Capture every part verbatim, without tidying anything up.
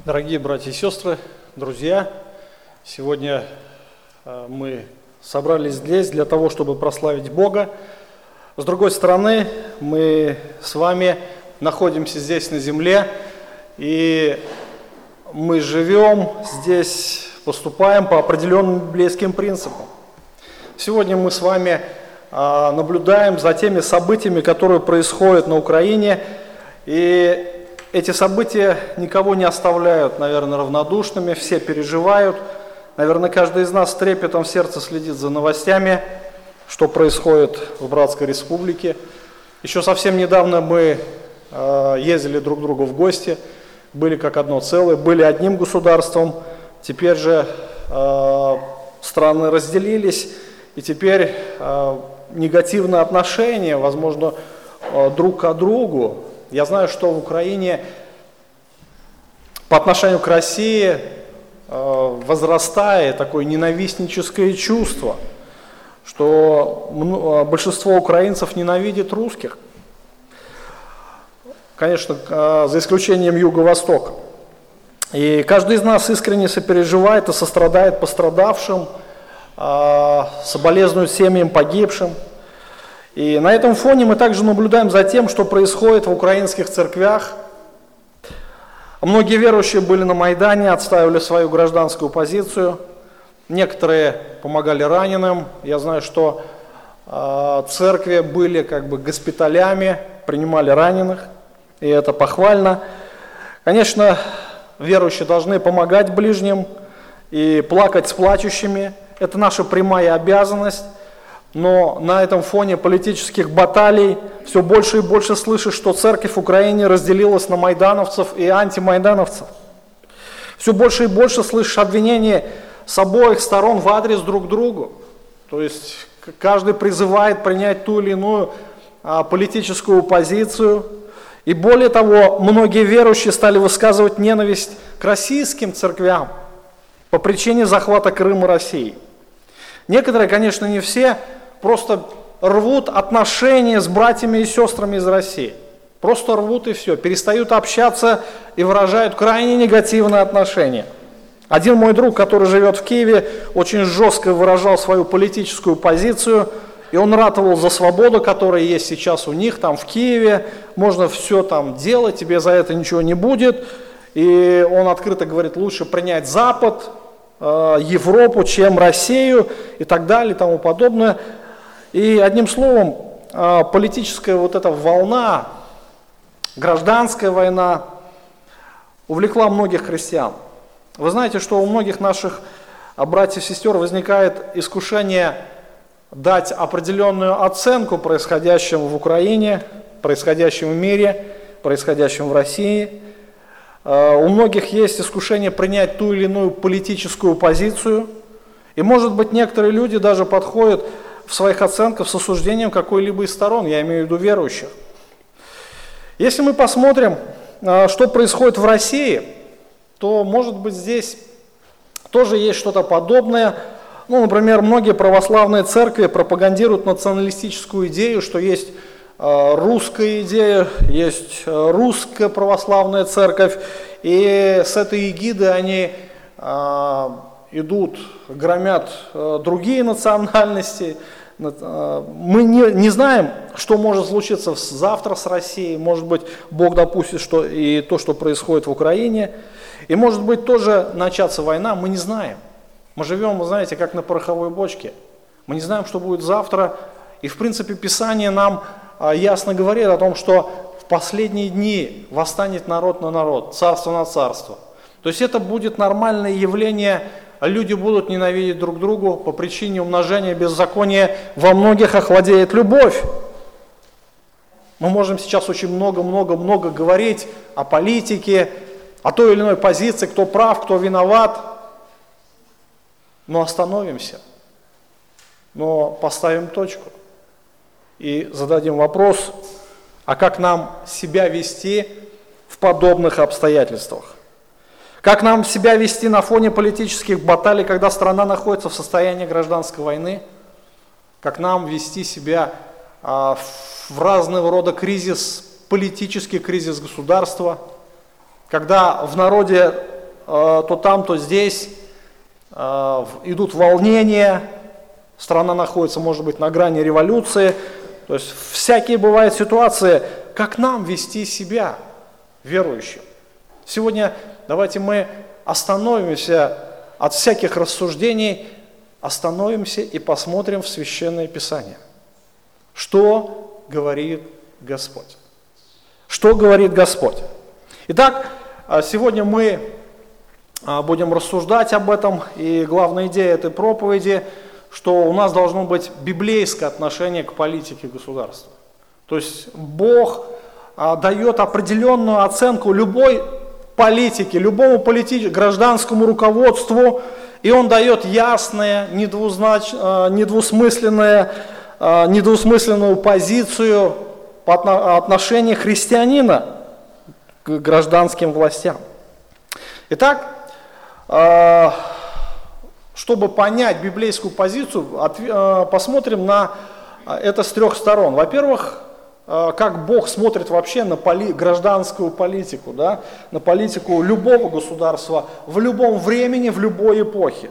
Дорогие братья и сестры, друзья, сегодня мы собрались здесь для того, чтобы прославить Бога. С другой стороны, мы с вами находимся здесь на земле, и мы живем здесь, поступаем по определенным библейским принципам. Сегодня мы с вами наблюдаем за теми событиями, которые происходят на Украине, и эти события никого не оставляют, наверное, равнодушными, все переживают. Наверное, каждый из нас с трепетом в сердце следит за новостями, что происходит в Братской Республике. Еще совсем недавно мы э, ездили друг к другу в гости, были как одно целое, были одним государством. Теперь же э, страны разделились, и теперь э, негативное отношение, возможно, э, друг к другу. Я знаю, что в Украине по отношению к России э, возрастает такое ненавистническое чувство, что э, большинство украинцев ненавидит русских. Конечно, э, за исключением Юго-Востока. И каждый из нас искренне сопереживает и сострадает пострадавшим, э, соболезнует семьям погибшим. И на этом фоне мы также наблюдаем за тем, что происходит в украинских церквях. Многие верующие были на Майдане, отстаивали свою гражданскую позицию. Некоторые помогали раненым. Я знаю, что э, церкви были как бы госпиталями, принимали раненых, и это похвально. Конечно, верующие должны помогать ближним и плакать с плачущими. Это наша прямая обязанность. Но на этом фоне политических баталий все больше и больше слышишь, что церковь в Украине разделилась на майдановцев и антимайдановцев. Все больше и больше слышишь обвинений с обоих сторон в адрес друг другу. То есть каждый призывает принять ту или иную а, политическую позицию. И более того, многие верующие стали высказывать ненависть к российским церквям по причине захвата Крыма Россией. Некоторые, конечно, не все, просто рвут отношения с братьями и сестрами из России. Просто рвут и все, перестают общаться и выражают крайне негативное отношение. Один мой друг, который живет в Киеве, очень жестко выражал свою политическую позицию, и он ратовал за свободу, которая есть сейчас у них там в Киеве. Можно все там делать, тебе за это ничего не будет. И он открыто говорит, лучше принять Запад, Европу, чем Россию и так далее и тому подобное. И одним словом, политическая вот эта волна, гражданская война увлекла многих христиан. Вы знаете, что у многих наших братьев и сестер возникает искушение дать определенную оценку происходящему в Украине, происходящему в мире, происходящему в России. У многих есть искушение принять ту или иную политическую позицию. И, может быть, некоторые люди даже подходят в своих оценках с осуждением какой-либо из сторон, я имею в виду верующих. Если мы посмотрим, что происходит в России, то, может быть, здесь тоже есть что-то подобное. Ну, например, многие православные церкви пропагандируют националистическую идею, что есть русская идея, есть русская православная церковь, и с этой эгиды они э, идут, громят э, другие национальности. Мы не, не знаем, что может случиться завтра с Россией, может быть, Бог допустит, что и то, что происходит в Украине, и может быть тоже начаться война, мы не знаем. Мы живем, вы знаете, как на пороховой бочке, мы не знаем, что будет завтра, и в принципе Писание нам ясно говорит о том, что в последние дни восстанет народ на народ, царство на царство. То есть это будет нормальное явление, люди будут ненавидеть друг друга по причине умножения беззакония, во многих охладеет любовь. Мы можем сейчас очень много-много-много говорить о политике, о той или иной позиции, кто прав, кто виноват, но остановимся, но поставим точку. И зададим вопрос, а как нам себя вести в подобных обстоятельствах? Как нам себя вести на фоне политических баталий, когда страна находится в состоянии гражданской войны? Как нам вести себя а, в разного рода кризис, политический кризис государства? Когда в народе то там, то здесь идут волнения, страна находится, может быть, на грани революции. То есть всякие бывают ситуации, как нам вести себя, верующим. Сегодня давайте мы остановимся от всяких рассуждений, остановимся и посмотрим в Священное Писание. Что говорит Господь? Что говорит Господь? Итак, сегодня мы будем рассуждать об этом, и главная идея этой проповеди, что у нас должно быть библейское отношение к политике государства. То есть Бог дает определенную оценку любой политике, любому политике, гражданскому руководству, и Он дает ясное, недвузнач... недвусмысленное, недвусмысленную позицию по отношению христианина к гражданским властям. Итак, чтобы понять библейскую позицию, посмотрим на это с трех сторон. Во-первых, как Бог смотрит вообще на поли, гражданскую политику, да, на политику любого государства в любом времени, в любой эпохе.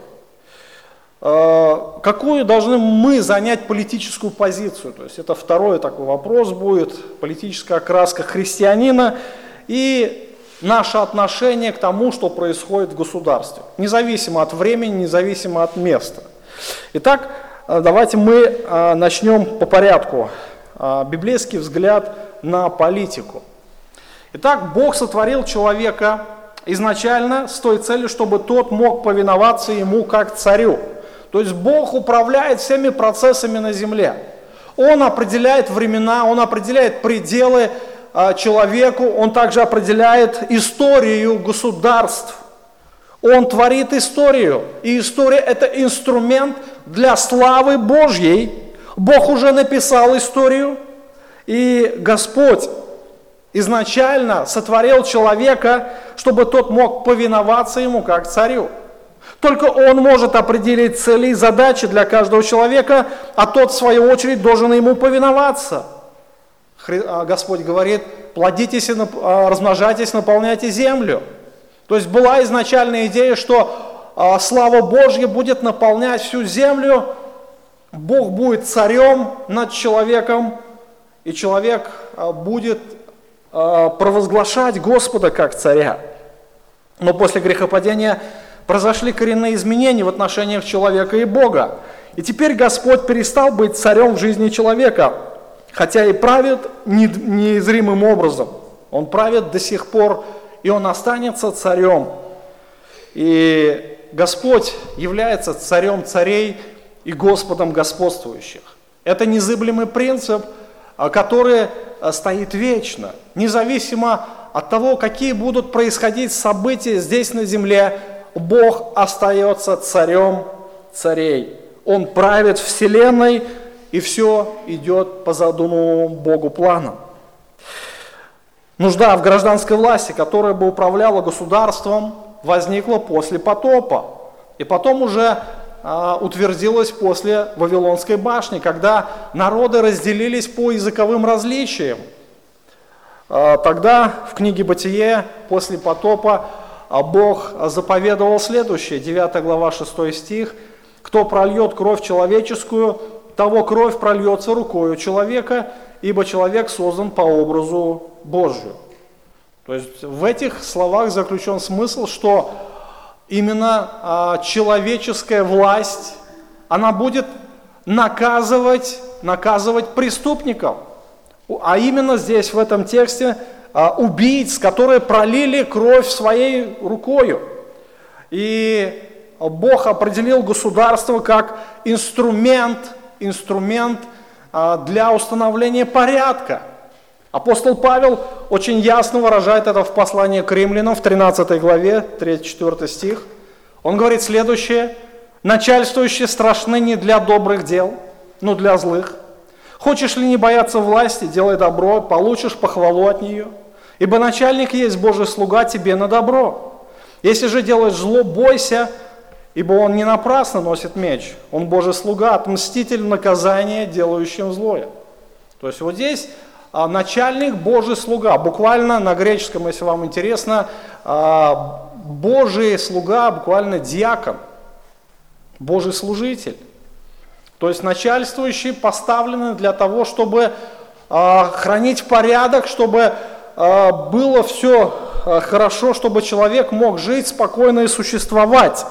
Какую должны мы занять политическую позицию? То есть это второй такой вопрос будет, политическая окраска христианина и наше отношение к тому, что происходит в государстве, независимо от времени, независимо от места. Итак, давайте мы начнем по порядку. Библейский взгляд на политику. Итак, Бог сотворил человека изначально с той целью, чтобы тот мог повиноваться ему как царю. То есть Бог управляет всеми процессами на земле. Он определяет времена, Он определяет пределы человеку, Он также определяет историю государств. Он творит историю, и история – это инструмент для славы Божьей. Бог уже написал историю, и Господь изначально сотворил человека, чтобы тот мог повиноваться ему как царю. Только Он может определить цели и задачи для каждого человека, а тот, в свою очередь, должен ему повиноваться. Господь говорит: плодитесь и размножайтесь, наполняйте землю. То есть была изначальная идея, что слава Божья будет наполнять всю землю, Бог будет царем над человеком, и человек будет провозглашать Господа как царя. Но после грехопадения произошли коренные изменения в отношениях человека и Бога. И теперь Господь перестал быть царем в жизни человека, хотя и правит незримым образом. Он правит до сих пор, и Он останется царем. И Господь является царем царей и Господом господствующих. Это незыблемый принцип, который стоит вечно, независимо от того, какие будут происходить события здесь на земле. Бог остается царем царей. Он правит вселенной, и все идет по задуманному Богу плану. Нужда в гражданской власти, которая бы управляла государством, возникла после потопа. И потом уже а, утвердилась после Вавилонской башни, когда народы разделились по языковым различиям. А, тогда в книге Бытие после потопа а, Бог заповедовал следующее, девятая глава, шестой стих: «Кто прольет кровь человеческую, того кровь прольется рукою человека, ибо человек создан по образу Божию». То есть в этих словах заключен смысл, что именно а, человеческая власть, она будет наказывать, наказывать преступников. А именно здесь, в этом тексте, а, убийц, которые пролили кровь своей рукою. И Бог определил государство как инструмент, инструмент а, для установления порядка. Апостол Павел очень ясно выражает это в послании к римлянам в тринадцатой главе, третий-четвёртый стих. Он говорит следующее: «Начальствующие страшны не для добрых дел, но для злых. Хочешь ли не бояться власти, делай добро, получишь похвалу от нее. Ибо начальник есть Божий слуга тебе на добро. Если же делаешь зло, бойся, ибо он не напрасно носит меч. Он Божий слуга, отмститель наказания, делающим злое». То есть вот здесь начальник Божий слуга. Буквально на греческом, если вам интересно, Божий слуга, буквально диакон, Божий служитель. То есть начальствующие поставлены для того, чтобы э, хранить порядок, чтобы э, было все э, хорошо, чтобы человек мог жить спокойно и существовать.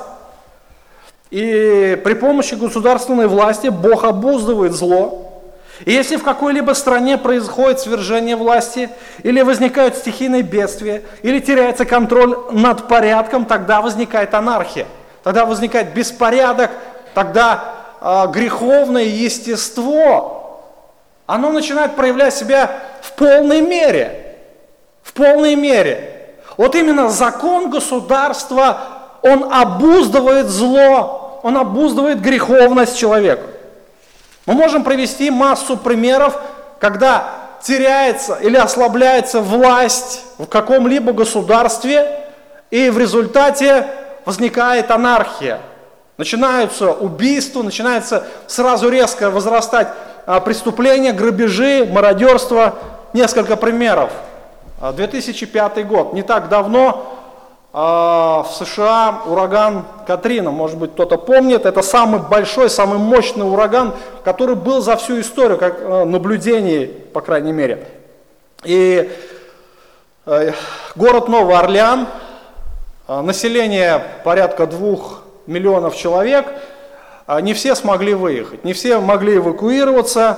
И при помощи государственной власти Бог обуздывает зло. И если в какой-либо стране происходит свержение власти, или возникают стихийные бедствия, или теряется контроль над порядком, тогда возникает анархия, тогда возникает беспорядок, тогда э, греховное естество, оно начинает проявлять себя в полной мере, в полной мере. Вот именно закон государства, он обуздывает зло, он обуздывает греховность человека. Мы можем привести массу примеров, когда теряется или ослабляется власть в каком-либо государстве, и в результате возникает анархия. Начинаются убийства, начинается сразу резко возрастать преступления, грабежи, мародерство. Несколько примеров. две тысячи пятый год, не так давно, в США ураган Катрина, может быть, кто-то помнит, это самый большой, самый мощный ураган, который был за всю историю, как наблюдений, по крайней мере. И город Новый Орлеан, население порядка двух миллионов человек, не все смогли выехать, не все могли эвакуироваться,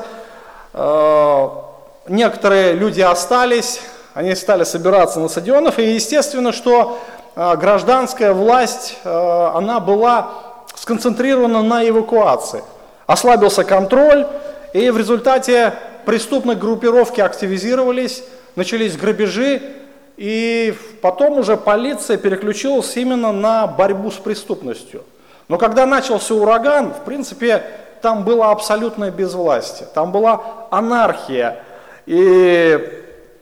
некоторые люди остались, они стали собираться на стадионах, и естественно, что гражданская власть, она была сконцентрирована на эвакуации. Ослабился контроль, и в результате преступные группировки активизировались, начались грабежи, и потом уже полиция переключилась именно на борьбу с преступностью. Но когда начался ураган, в принципе, там было абсолютное безвластие, там была анархия. И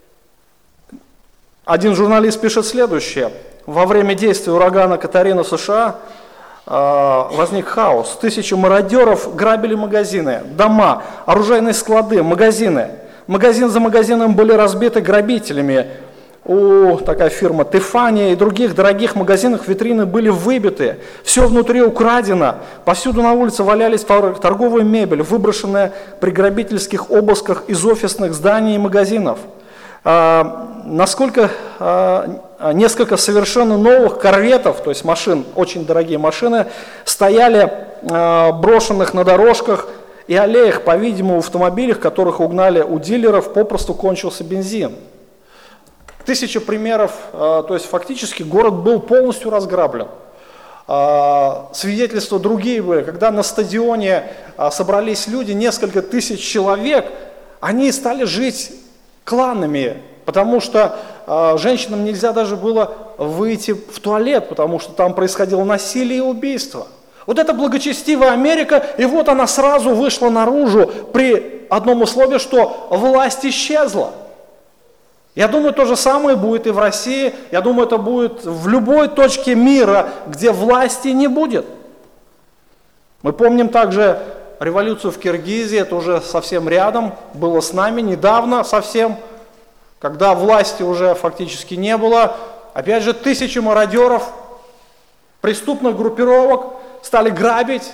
один журналист пишет следующее. Во время действия урагана Катарина в США э, возник хаос. Тысячи мародеров грабили магазины, дома, оружейные склады, магазины. Магазин за магазином были разбиты грабителями. У такая фирма Тиффани и других дорогих магазинах витрины были выбиты. Все внутри украдено. Повсюду на улице валялись торговая мебель, выброшенная при грабительских обысках из офисных зданий и магазинов. А, насколько а, несколько совершенно новых корветов, то есть машин, очень дорогие машины, стояли а, брошенных на дорожках и аллеях, по-видимому, в автомобилях, которых угнали у дилеров, попросту кончился бензин. Тысяча примеров, а, то есть фактически город был полностью разграблен. А, свидетельства другие были, когда на стадионе а, собрались люди, несколько тысяч человек, они стали жить кланами, потому что э, женщинам нельзя даже было выйти в туалет, потому что там происходило насилие и убийство. Вот это благочестивая Америка, и вот она сразу вышла наружу при одном условии, что власть исчезла. Я думаю, то же самое будет и в России, я думаю, это будет в любой точке мира, где власти не будет. Мы помним также революцию в Киргизии, это уже совсем рядом, было с нами недавно совсем, когда власти уже фактически не было. Опять же, тысячи мародеров, преступных группировок стали грабить.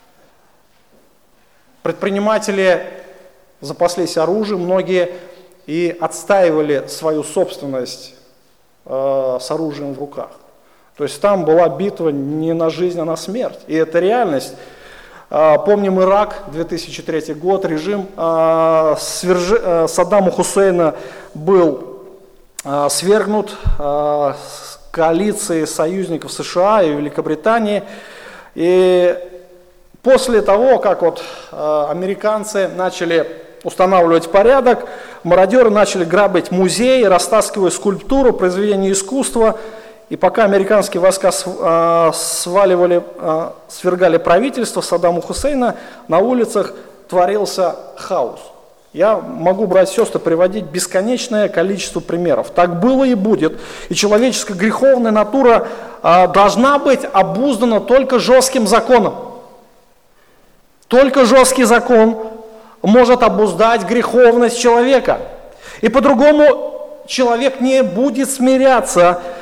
Предприниматели запаслись оружием, многие и отстаивали свою собственность э, с оружием в руках. То есть там была битва не на жизнь, а на смерть. И это реальность. Помним Ирак, две тысячи третий год, режим э, свержи, э, Саддама Хусейна был э, свергнут э, коалицией союзников США и Великобритании. И после того, как вот, э, американцы начали устанавливать порядок, мародеры начали грабить музеи, растаскивая скульптуру, произведения искусства. И пока американские войска сваливали, свергали правительство Саддама Хусейна, на улицах творился хаос. Я могу, братья и сестры, приводить бесконечное количество примеров. Так было и будет. И человеческая греховная натура должна быть обуздана только жестким законом. Только жесткий закон может обуздать греховность человека. И по-другому человек не будет смиряться.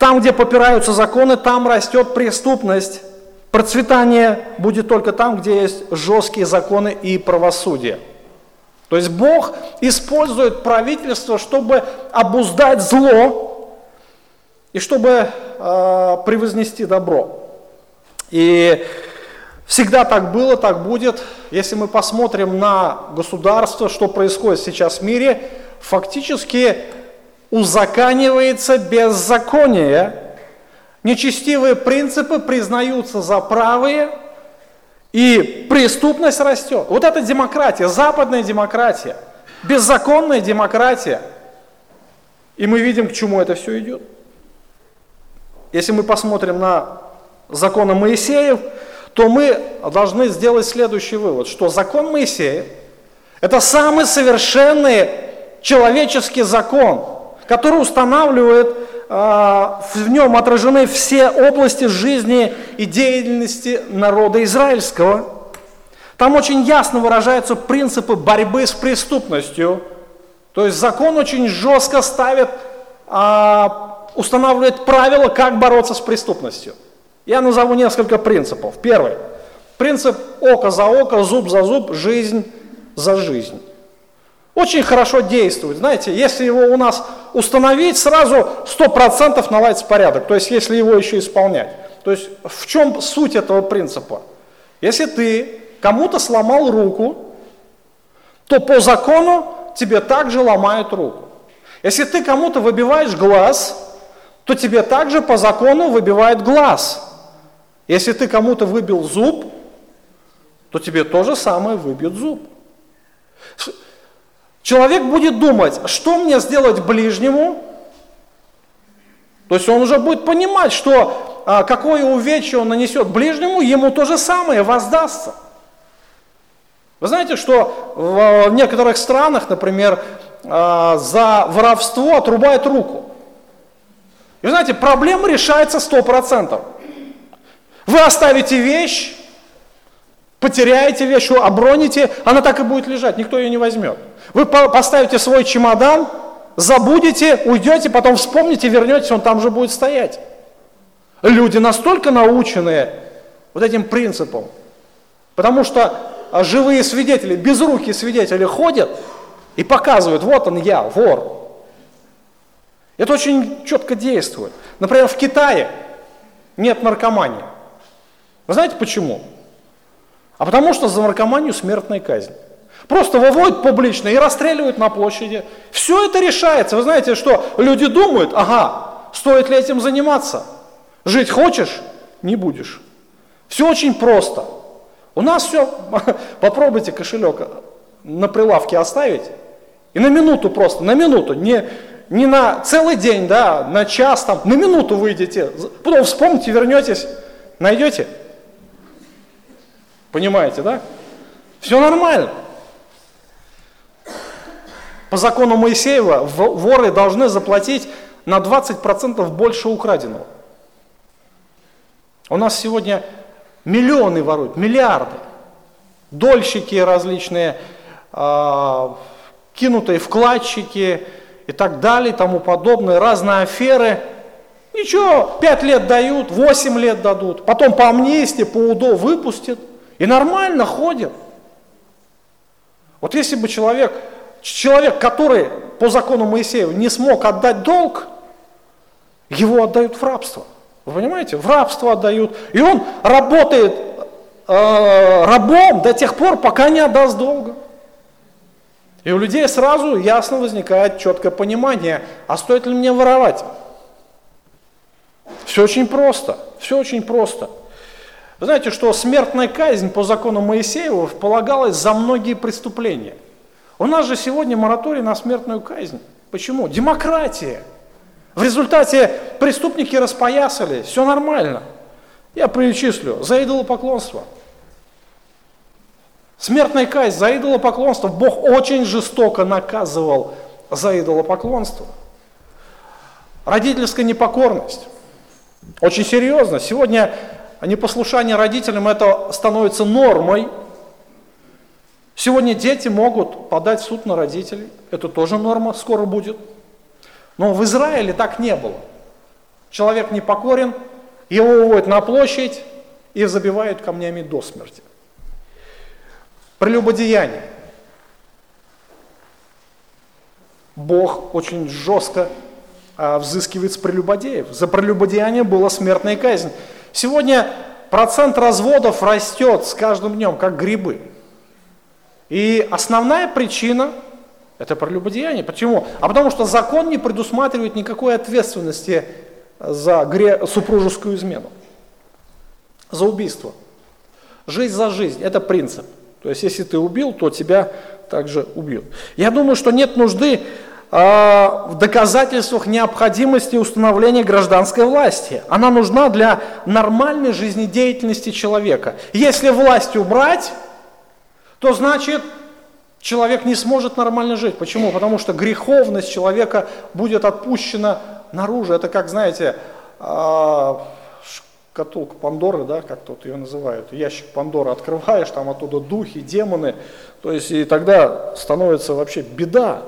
Там, где попираются законы, там растет преступность. Процветание будет только там, где есть жесткие законы и правосудие. То есть Бог использует правительство, чтобы обуздать зло и чтобы э, превознести добро. И всегда так было, так будет. Если мы посмотрим на государство, что происходит сейчас в мире, фактически узаконивается беззаконие. Нечестивые принципы признаются за правые, и преступность растет. Вот это демократия, западная демократия, беззаконная демократия. И мы видим, к чему это все идет. Если мы посмотрим на законы Моисеев, то мы должны сделать следующий вывод, что закон Моисеев – это самый совершенный человеческий закон, который устанавливает, в нем отражены все области жизни и деятельности народа израильского. Там очень ясно выражаются принципы борьбы с преступностью. То есть закон очень жестко ставит, устанавливает правила, как бороться с преступностью. Я назову несколько принципов. Первый. Принцип око за око, зуб за зуб, жизнь за жизнь. Очень хорошо действует. Знаете, если его у нас установить, сразу сто процентов наладится порядок. То есть, если его еще исполнять. То есть, в чем суть этого принципа? Если ты кому-то сломал руку, то по закону тебе также ломают руку. Если ты кому-то выбиваешь глаз, то тебе также по закону выбивает глаз. Если ты кому-то выбил зуб, то тебе то же самое выбьют зуб. Человек будет думать, что мне сделать ближнему, то есть он уже будет понимать, что а, какое увечье он нанесет ближнему, ему то же самое воздастся. Вы знаете, что в, в некоторых странах, например, а, за воровство отрубают руку. И вы знаете, проблема решается сто процентов. Вы оставите вещь, потеряете вещь, оброните, она так и будет лежать, никто ее не возьмет. Вы поставите свой чемодан, забудете, уйдете, потом вспомните, вернетесь, он там же будет стоять. Люди настолько наученные вот этим принципом, потому что живые свидетели, безрукие свидетели ходят и показывают, вот он я, вор. Это очень четко действует. Например, в Китае нет наркомании. Вы знаете почему? А потому что за наркоманию смертная казнь. Просто выводят публично и расстреливают на площади. Все это решается. Вы знаете, что люди думают, ага, стоит ли этим заниматься? Жить хочешь? Не будешь. Все очень просто. У нас все, попробуйте кошелек на прилавке оставить, и на минуту просто, на минуту, не, не на целый день, да, на час, там, на минуту выйдете, потом вспомните, вернетесь, найдете. Понимаете, да? Все нормально. По закону Моисеева воры должны заплатить на двадцать процентов больше украденного. У нас сегодня миллионы воруют, миллиарды. Дольщики различные, э, кинутые вкладчики и так далее, и тому подобное, разные аферы. Ничего, пять лет дают, восемь лет дадут, потом по амнистии, по УДО выпустят. И нормально ходят. Вот если бы человек, человек, который по закону Моисеева не смог отдать долг, его отдают в рабство. Вы понимаете? В рабство отдают. И он работает э, рабом до тех пор, пока не отдаст долга. И у людей сразу ясно возникает четкое понимание, а стоит ли мне воровать? Все очень просто. Все очень просто. Вы знаете, что смертная казнь по закону Моисеева полагалась за многие преступления. У нас же сегодня мораторий на смертную казнь. Почему? Демократия. В результате преступники распоясались, все нормально. Я перечислю. За идолопоклонство. Смертная казнь за идолопоклонство. Бог очень жестоко наказывал за идолопоклонство. Родительская непокорность. Очень серьезно. Сегодня непослушание родителям это становится нормой. Сегодня дети могут подать в суд на родителей. Это тоже норма, скоро будет. Но в Израиле так не было. Человек непокорен, его выводят на площадь и забивают камнями до смерти. Прелюбодеяние. Бог очень жестко а, взыскивает с прелюбодеев. За прелюбодеяние была смертная казнь. Сегодня процент разводов растет с каждым днем, как грибы. И основная причина – это прелюбодеяние. Почему? А потому что закон не предусматривает никакой ответственности за гре... супружескую измену, за убийство. Жизнь за жизнь – это принцип. То есть, если ты убил, то тебя также убьют. Я думаю, что нет нужды э, в доказательствах необходимости установления гражданской власти. Она нужна для нормальной жизнедеятельности человека. Если власть убрать, то значит, человек не сможет нормально жить. Почему? Потому что греховность человека будет отпущена наружу. Это как, знаете, э, шкатулка Пандоры, да, как тут ее называют, ящик Пандоры открываешь, там оттуда духи, демоны, то есть и тогда становится вообще беда.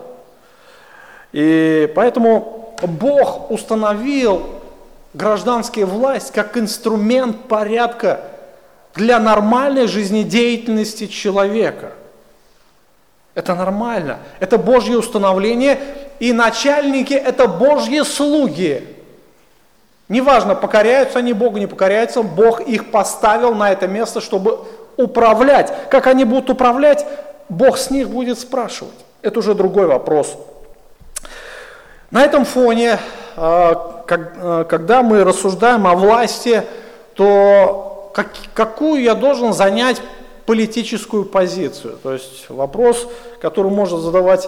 И поэтому Бог установил гражданскую власть как инструмент порядка для нормальной жизнедеятельности человека. Это нормально, это Божье установление, и начальники – это Божьи слуги. Неважно, покоряются они Богу, не покоряются, Бог их поставил на это место, чтобы управлять. Как они будут управлять, Бог с них будет спрашивать. Это уже другой вопрос. На этом фоне, когда мы рассуждаем о власти, то какую я должен занять политическую позицию? То есть вопрос, который может задавать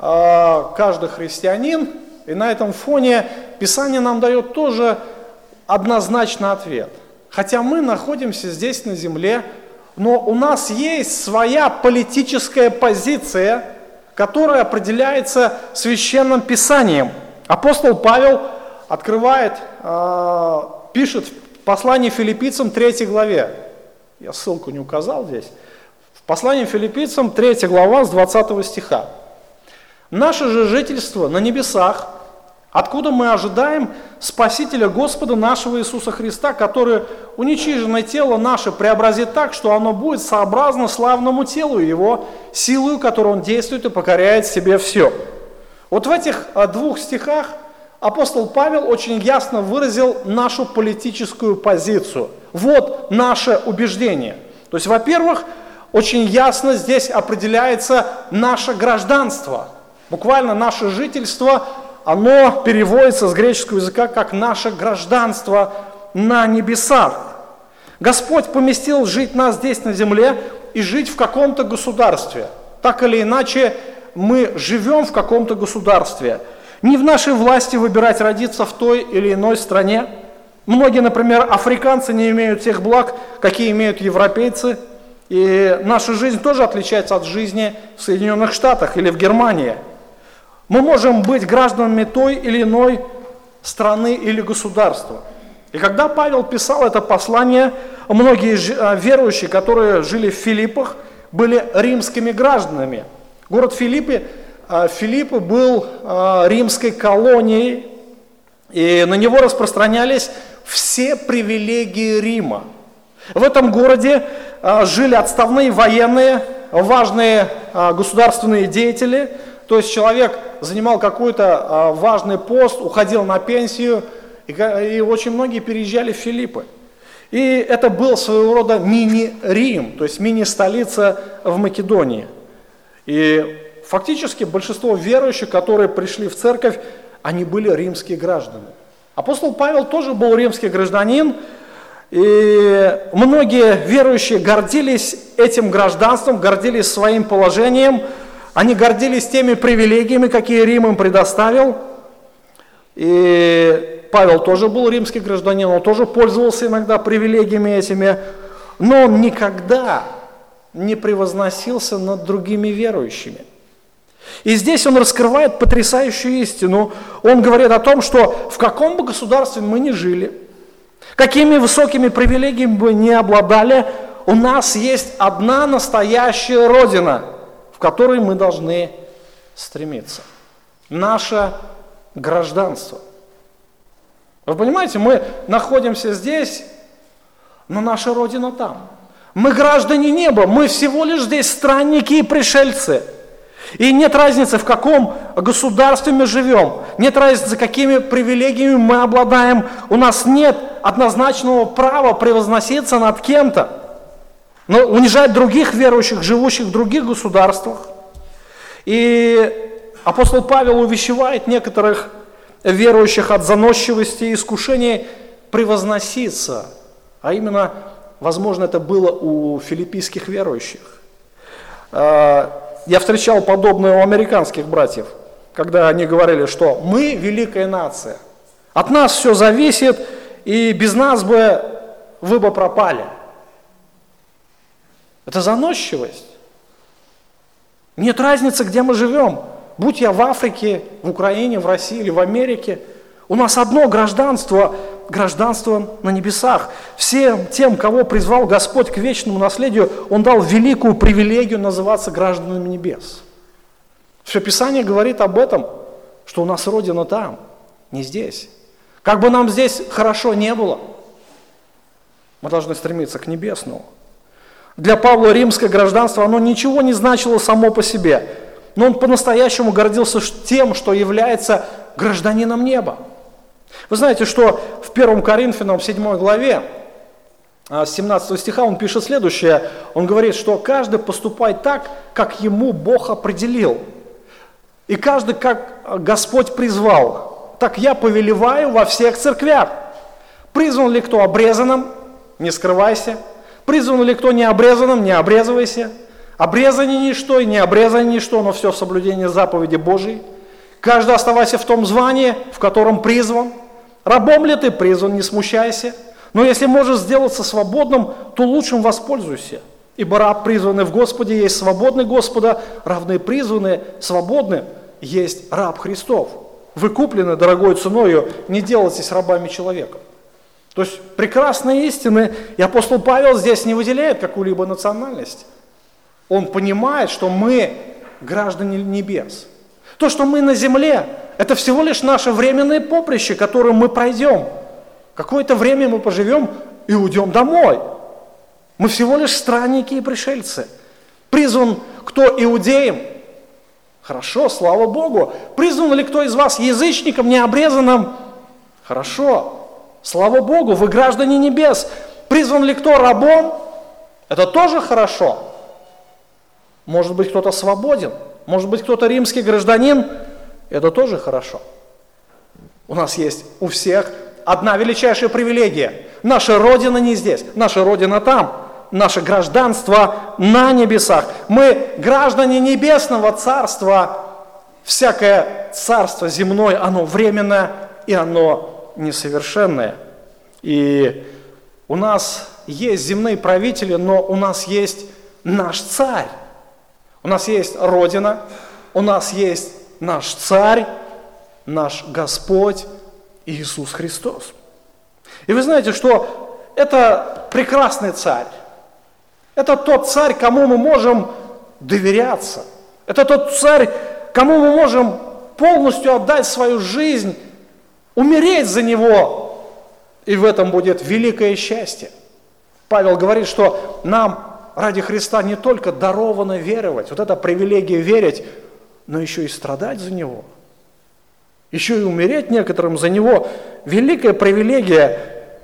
каждый христианин. И на этом фоне Писание нам дает тоже однозначный ответ. Хотя мы находимся здесь на земле, но у нас есть своя политическая позиция, которая определяется Священным Писанием. Апостол Павел открывает, э, пишет в послании Филиппийцам третьей главе. Я ссылку не указал здесь. В послании Филиппийцам третья глава с двадцатого стиха. «Наше же жительство на небесах, откуда мы ожидаем Спасителя Господа нашего Иисуса Христа, который уничиженное тело наше преобразит так, что оно будет сообразно славному телу Его, силою, которой Он действует и покоряет себе все». Вот в этих двух стихах апостол Павел очень ясно выразил нашу политическую позицию. Вот наше убеждение. То есть, во-первых, очень ясно здесь определяется наше гражданство. Буквально наше жительство, оно переводится с греческого языка как наше гражданство на небесах. Господь поместил жить нас здесь на земле и жить в каком-то государстве. Так или иначе, мы живем в каком-то государстве. Не в нашей власти выбирать родиться в той или иной стране. Многие, например, африканцы не имеют тех благ, какие имеют европейцы. И наша жизнь тоже отличается от жизни в Соединенных Штатах или в Германии. Мы можем быть гражданами той или иной страны или государства. И когда Павел писал это послание, многие верующие, которые жили в Филиппах, были римскими гражданами. Город Филиппы, Филиппы был римской колонией, и на него распространялись все привилегии Рима. В этом городе жили отставные военные, важные государственные деятели. То есть человек занимал какой-то важный пост, уходил на пенсию, и очень многие переезжали в Филиппы. И это был своего рода мини-Рим, то есть мини-столица в Македонии. И фактически большинство верующих, которые пришли в церковь, они были римские граждане. Апостол Павел тоже был римский гражданин, и многие верующие гордились этим гражданством, гордились своим положением, они гордились теми привилегиями, какие Рим им предоставил. И Павел тоже был римский гражданин, он тоже пользовался иногда привилегиями этими, но он никогда не превозносился над другими верующими. И здесь он раскрывает потрясающую истину. Он говорит о том, что в каком бы государстве мы ни жили, какими высокими привилегиями бы ни обладали, у нас есть одна настоящая Родина, в которой мы должны стремиться. Наше гражданство. Вы понимаете, мы находимся здесь, но наша Родина там. Мы граждане неба, мы всего лишь здесь странники и пришельцы. И нет разницы, в каком государстве мы живем, нет разницы, какими привилегиями мы обладаем. У нас нет однозначного права превозноситься над кем-то, но унижать других верующих, живущих в других государствах. И апостол Павел увещевает некоторых верующих от заносчивости и искушений превозноситься. А именно, возможно, это было у филиппийских верующих. Я встречал подобное у американских братьев, когда они говорили, что мы великая нация, от нас все зависит, и без нас бы вы бы пропали. Это заносчивость. Нет разницы, где мы живем. Будь я в Африке, в Украине, в России или в Америке, у нас одно гражданство, гражданство на небесах. Всем тем, кого призвал Господь к вечному наследию, Он дал великую привилегию называться гражданами небес. Все Писание говорит об этом, что у нас Родина там, не здесь. Как бы нам здесь хорошо не было, мы должны стремиться к небесному. Для Павла римское гражданство, оно ничего не значило само по себе, но он по-настоящему гордился тем, что является гражданином неба. Вы знаете, что в первом Коринфянам, в седьмой главе, с семнадцатого стиха он пишет следующее. Он говорит, что каждый поступает так, как ему Бог определил. И каждый, как Господь призвал. Так я повелеваю во всех церквях. Призван ли кто обрезанным? Не скрывайся. Призван ли кто необрезанным? Не обрезывайся. Обрезание ничто и необрезание ничто, но все в соблюдении заповеди Божией. Каждый оставайся в том звании, в котором призван. Рабом ли ты призван, не смущайся. Но если можешь сделаться свободным, то лучшим воспользуйся. Ибо раб, призванный в Господе, есть свободный Господа, равные призванные, свободны, есть раб Христов. Вы куплены дорогой ценою, не делайтесь рабами человека. То есть прекрасные истины, и апостол Павел здесь не выделяет какую-либо национальность. Он понимает, что мы граждане небес. То, что мы на земле, это всего лишь наше временное поприще, которое мы пройдем. Какое-то время мы поживем и уйдем домой. Мы всего лишь странники и пришельцы. Призван кто иудеем? Хорошо, слава Богу. Призван ли кто из вас язычником, необрезанным? Хорошо, слава Богу, вы граждане небес. Призван ли кто рабом? Это тоже хорошо. Может быть, кто-то свободен, может быть, кто-то римский гражданин. Это тоже хорошо. У нас есть у всех одна величайшая привилегия. Наша Родина не здесь, наша Родина там. Наше гражданство на небесах. Мы граждане небесного царства. Всякое царство земное, оно временное и оно несовершенное. И у нас есть земные правители, но у нас есть наш царь. У нас есть Родина, у нас есть наш царь, наш Господь Иисус Христос. И вы знаете, что это прекрасный царь. Это тот царь, кому мы можем доверяться. Это тот царь, кому мы можем полностью отдать свою жизнь, умереть за него. И в этом будет великое счастье. Павел говорит, что нам ради Христа не только даровано веровать, вот это привилегия верить, но еще и страдать за Него. Еще и умереть некоторым за Него. Великая привилегия,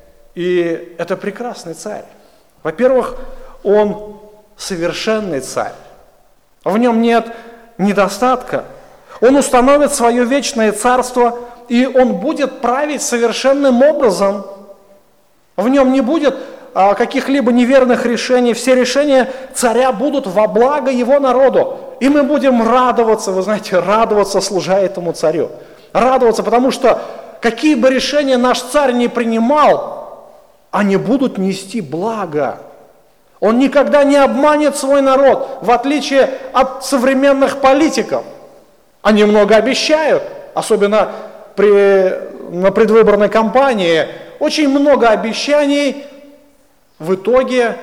и это прекрасный царь. Во-первых, Он совершенный царь. В нем нет недостатка. Он установит свое вечное царство, и Он будет править совершенным образом. В нем не будет а, каких-либо неверных решений. Все решения царя будут во благо его народу. И мы будем радоваться, вы знаете, радоваться, служа этому царю. Радоваться, потому что какие бы решения наш царь не принимал, они будут нести благо. Он никогда не обманет свой народ, в отличие от современных политиков. Они много обещают, особенно при, на предвыборной кампании. Очень много обещаний, в итоге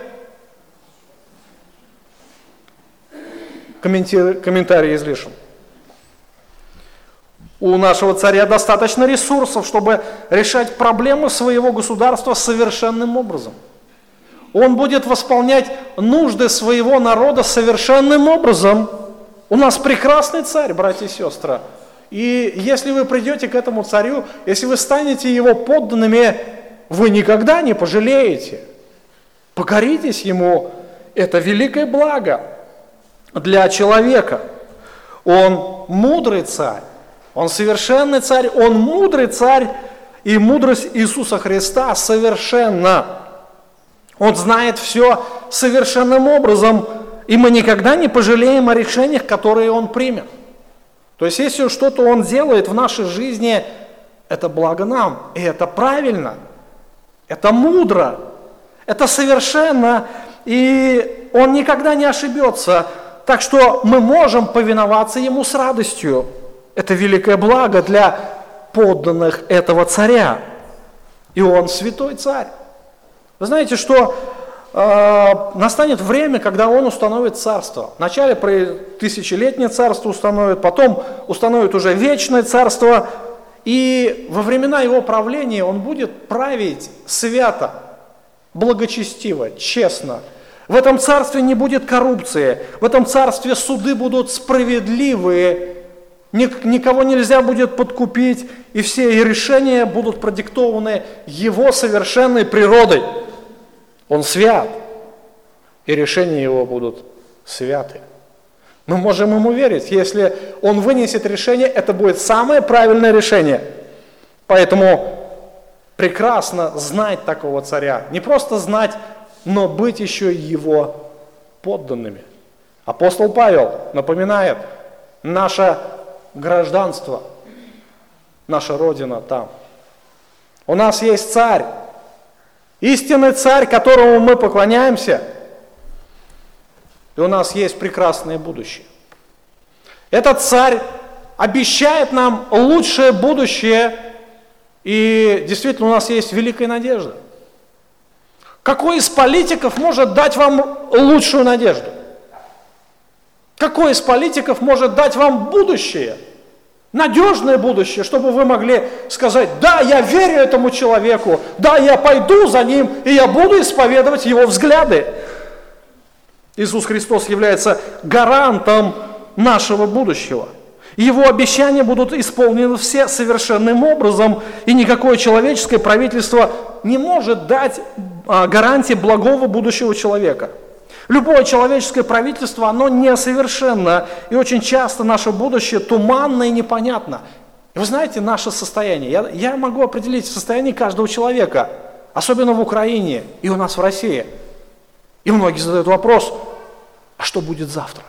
комментарий излишен. У нашего царя достаточно ресурсов, чтобы решать проблемы своего государства совершенным образом. Он будет восполнять нужды своего народа совершенным образом. У нас прекрасный царь, братья и сестры. И если вы придете к этому царю, если вы станете его подданными, вы никогда не пожалеете. Покоритесь ему. Это великое благо для человека. Он мудрый царь. Он совершенный царь. Он мудрый царь. И мудрость Иисуса Христа совершенна. Он знает все совершенным образом. И мы никогда не пожалеем о решениях, которые Он примет. То есть, если что-то Он делает в нашей жизни, это благо нам. И это правильно. Это мудро. Это совершенно. И Он никогда не ошибется. Так что мы можем повиноваться Ему с радостью. Это великое благо для подданных этого царя. И Он святой царь. Вы знаете, что э, настанет время, когда Он установит царство. Вначале тысячелетнее царство установит, потом установит уже вечное царство. И во времена Его правления Он будет править свято, благочестиво, честно. В этом царстве не будет коррупции, в этом царстве суды будут справедливые, никого нельзя будет подкупить, и все решения будут продиктованы Его совершенной природой. Он свят, и решения Его будут святы. Мы можем Ему верить, если Он вынесет решение, это будет самое правильное решение. Поэтому прекрасно знать такого царя, не просто знать, но быть еще Его подданными. Апостол Павел напоминает, наше гражданство, наша Родина там. У нас есть царь, истинный царь, которому мы поклоняемся, и у нас есть прекрасное будущее. Этот царь обещает нам лучшее будущее, и действительно у нас есть великая надежда. Какой из политиков может дать вам лучшую надежду? Какой из политиков может дать вам будущее? Надежное будущее, чтобы вы могли сказать, да, я верю этому человеку, да, я пойду за ним, и я буду исповедовать его взгляды. Иисус Христос является гарантом нашего будущего. Его обещания будут исполнены все совершенным образом, и никакое человеческое правительство не может дать гарантии благого будущего человека. Любое человеческое правительство, оно несовершенно, и очень часто наше будущее туманно и непонятно. И вы знаете наше состояние. Я, я могу определить состояние каждого человека, особенно в Украине и у нас в России. И многие задают вопрос, а что будет завтра?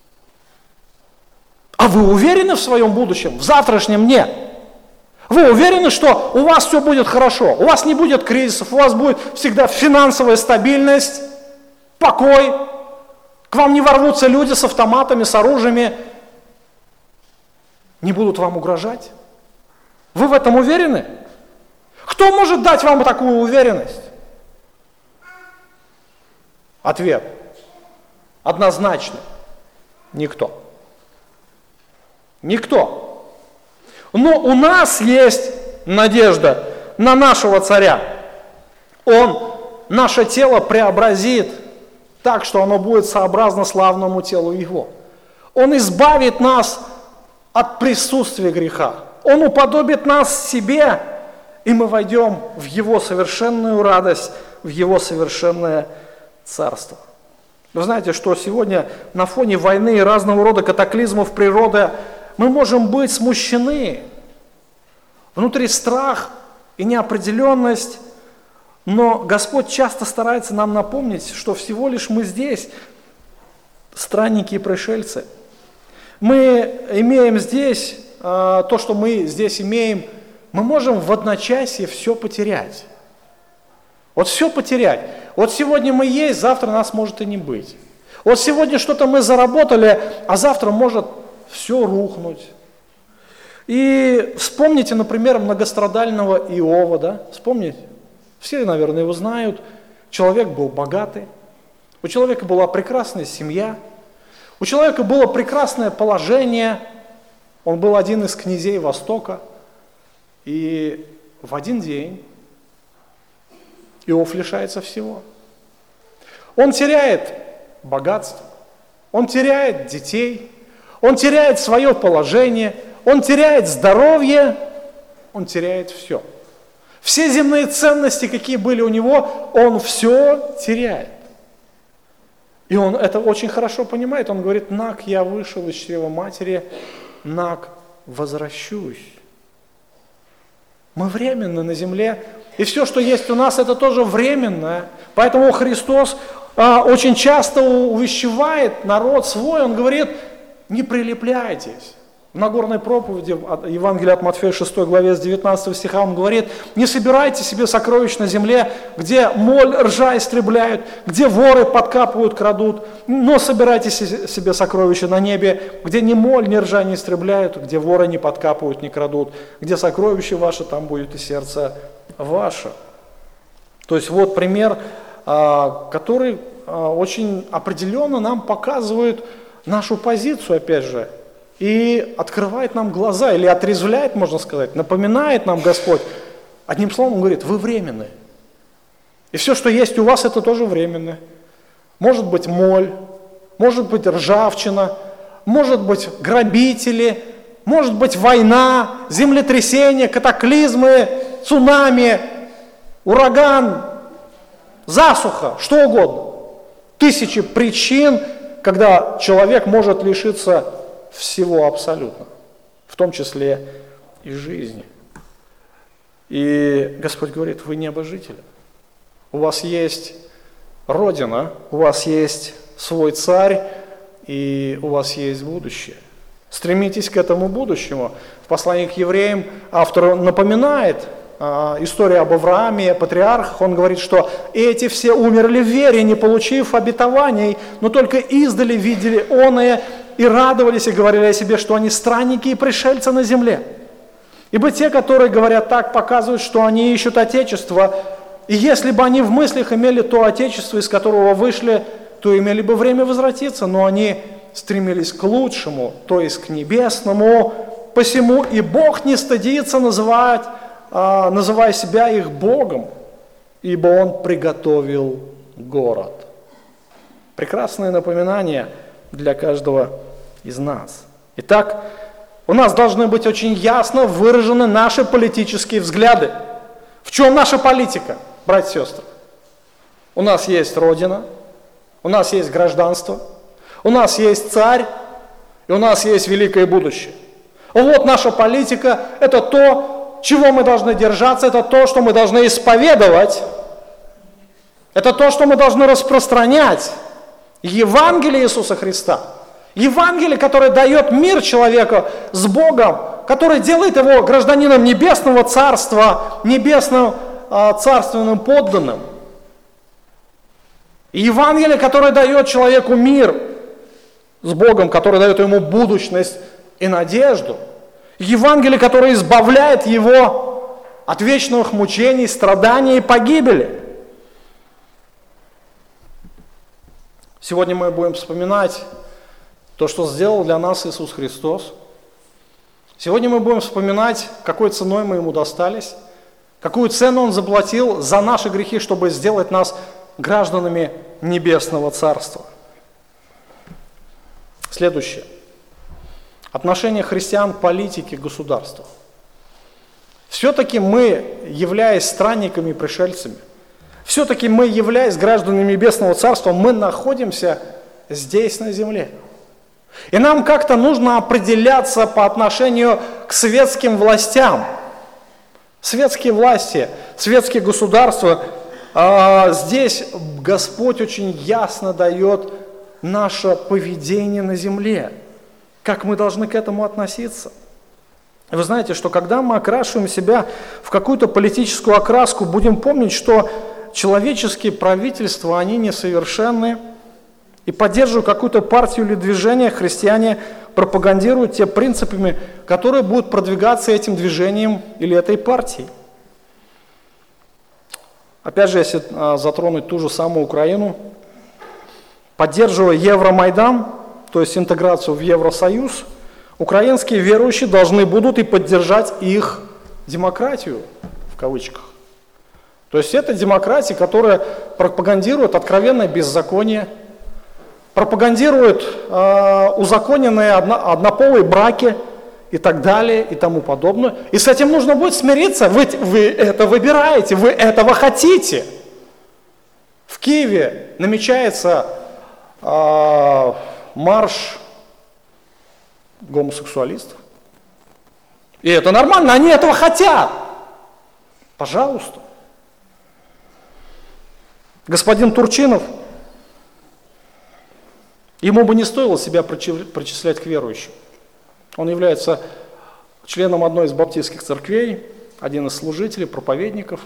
А вы уверены в своем будущем? В завтрашнем нет. Вы уверены, что у вас все будет хорошо? У вас не будет кризисов, у вас будет всегда финансовая стабильность, покой. К вам не ворвутся люди с автоматами, с оружиями. Не будут вам угрожать? Вы в этом уверены? Кто может дать вам такую уверенность? Ответ. Однозначно. Никто. Никто. Но у нас есть надежда на нашего царя. Он наше тело преобразит так, что оно будет сообразно славному телу Его. Он избавит нас от присутствия греха. Он уподобит нас себе, и мы войдем в Его совершенную радость, в Его совершенное царство. Вы знаете, что сегодня на фоне войны и разного рода катаклизмов природы мы можем быть смущены. Внутри страх и неопределенность, но Господь часто старается нам напомнить, что всего лишь мы здесь странники и пришельцы. Мы имеем здесь э, то, что мы здесь имеем, мы можем в одночасье все потерять. Вот все потерять. Вот сегодня мы есть, завтра нас может и не быть. Вот сегодня что-то мы заработали, а завтра может все рухнуть. И вспомните, например, многострадального Иова, да? Вспомните. Все, наверное, его знают. Человек был богатый, у человека была прекрасная семья, у человека было прекрасное положение, Он был один из князей Востока, и в один день Иов лишается всего. Он теряет богатство, он теряет детей, он теряет свое положение, он теряет здоровье, он теряет все. Все земные ценности, какие были у него, он все теряет. И он это очень хорошо понимает. Он говорит: «Наг, я вышел из чрева матери, наг, возвращусь». Мы временно на земле, и все, что есть у нас, это тоже временное. Поэтому Христос а, очень часто увещевает народ свой, Он говорит: не прилепляйтесь. В Нагорной проповеди Евангелия от Матфея шестой главе с девятнадцатого стиха Он говорит: не собирайте себе сокровищ на земле, где моль, ржа истребляют, где воры подкапывают, крадут, но собирайте себе сокровища на небе, где ни моль, ни ржа не истребляют, где воры не подкапывают, не крадут, где сокровище ваше, там будет и сердце ваше. То есть вот пример, который очень определенно нам показывает нашу позицию, опять же, и открывает нам глаза, или отрезвляет, можно сказать, напоминает нам Господь. Одним словом, Он говорит: вы временные. И все, что есть у вас, это тоже временное. Может быть моль, может быть ржавчина, может быть грабители, может быть война, землетрясения, катаклизмы, цунами, ураган, засуха, что угодно. Тысячи причин, когда человек может лишиться всего абсолютно, в том числе и жизни. И Господь говорит: вы небожители. У вас есть Родина, у вас есть свой царь, и у вас есть будущее. Стремитесь к этому будущему. В послании к евреям автор напоминает э, историю об Аврааме, патриархах. Он говорит, что эти все умерли в вере, не получив обетований, но только издали видели оное, и радовались, и говорили о себе, что они странники и пришельцы на земле. Ибо те, которые говорят так, показывают, что они ищут Отечество, и если бы они в мыслях имели то Отечество, из которого вышли, то имели бы время возвратиться, но они стремились к лучшему, то есть к небесному, посему и Бог не стыдится называть, а, называя себя их Богом, ибо Он приготовил город. Прекрасное напоминание для каждого из нас. Итак, у нас должны быть очень ясно выражены наши политические взгляды. В чем наша политика, братья и сестры? У нас есть Родина, у нас есть гражданство, у нас есть царь, и у нас есть великое будущее. Вот наша политика, это то, чего мы должны держаться, это то, что мы должны исповедовать, это то, что мы должны распространять. Евангелие Иисуса Христа. Евангелие, которое дает мир человеку с Богом, которое делает его гражданином небесного царства, небесным э, царственным подданным. И Евангелие, которое дает человеку мир с Богом, которое дает ему будущность и надежду. Евангелие, которое избавляет его от вечных мучений, страданий и погибели. Сегодня мы будем вспоминать то, что сделал для нас Иисус Христос. Сегодня мы будем вспоминать, какой ценой мы Ему достались, какую цену Он заплатил за наши грехи, чтобы сделать нас гражданами Небесного Царства. Следующее. Отношение христиан к политике государства. Все-таки мы, являясь странниками и пришельцами, все-таки мы, являясь гражданами Небесного Царства, мы находимся здесь, на земле. И нам как-то нужно определяться по отношению к светским властям. Светские власти, светские государства, а, здесь Господь очень ясно дает наше поведение на земле, как мы должны к этому относиться. Вы знаете, что когда мы окрашиваем себя в какую-то политическую окраску, будем помнить, что человеческие правительства, они несовершенны, и поддерживая какую-то партию или движение, христиане пропагандируют те принципами, которые будут продвигаться этим движением или этой партией. Опять же, если затронуть ту же самую Украину, поддерживая Евромайдан, то есть интеграцию в Евросоюз, украинские верующие должны будут и поддержать их демократию, в кавычках. То есть это демократия, которая пропагандирует откровенное беззаконие, пропагандирует э, узаконенные одно, однополые браки и так далее и тому подобное. И с этим нужно будет смириться. Вы, вы это выбираете, вы этого хотите. В Киеве намечается э, марш гомосексуалистов. И это нормально, они этого хотят. Пожалуйста. Господин Турчинов, ему бы не стоило себя причислять к верующим. Он является членом одной из баптистских церквей, один из служителей, проповедников.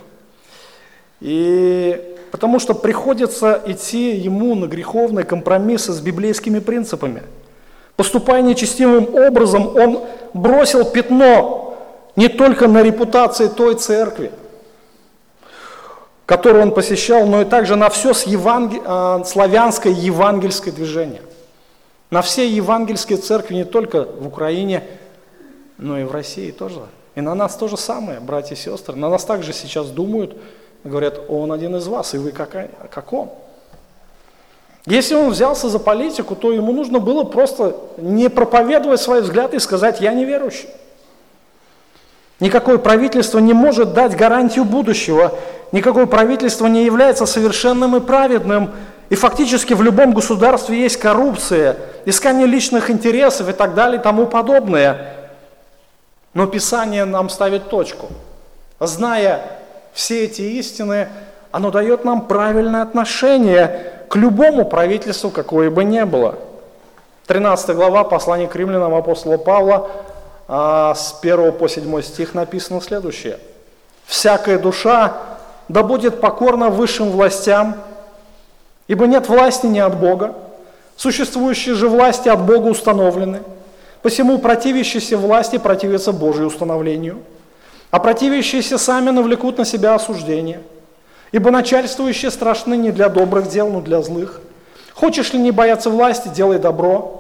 И потому что приходится идти ему на греховные компромиссы с библейскими принципами. Поступая нечестивым образом, он бросил пятно не только на репутации той церкви, которую он посещал, но и также на все евангел... славянское евангельское движение. На все евангельские церкви не только в Украине, но и в России тоже. И на нас то же самое, братья и сестры. На нас также сейчас думают, говорят, он один из вас, и вы как, как он. Если он взялся за политику, то ему нужно было просто не проповедовать свои взгляды и сказать, я неверующий. Никакое правительство не может дать гарантию будущего. Никакое правительство не является совершенным и праведным. И фактически в любом государстве есть коррупция, искание личных интересов и так далее и тому подобное. Но Писание нам ставит точку. Зная все эти истины, оно дает нам правильное отношение к любому правительству, какое бы ни было. тринадцатая глава послания к римлянам апостола Павла, с первого по седьмой стих написано следующее. «Всякая душа да будет покорна высшим властям, ибо нет власти не от Бога, существующие же власти от Бога установлены, посему противящиеся власти противятся Божию установлению, а противящиеся сами навлекут на себя осуждение, ибо начальствующие страшны не для добрых дел, но для злых. Хочешь ли не бояться власти, делай добро,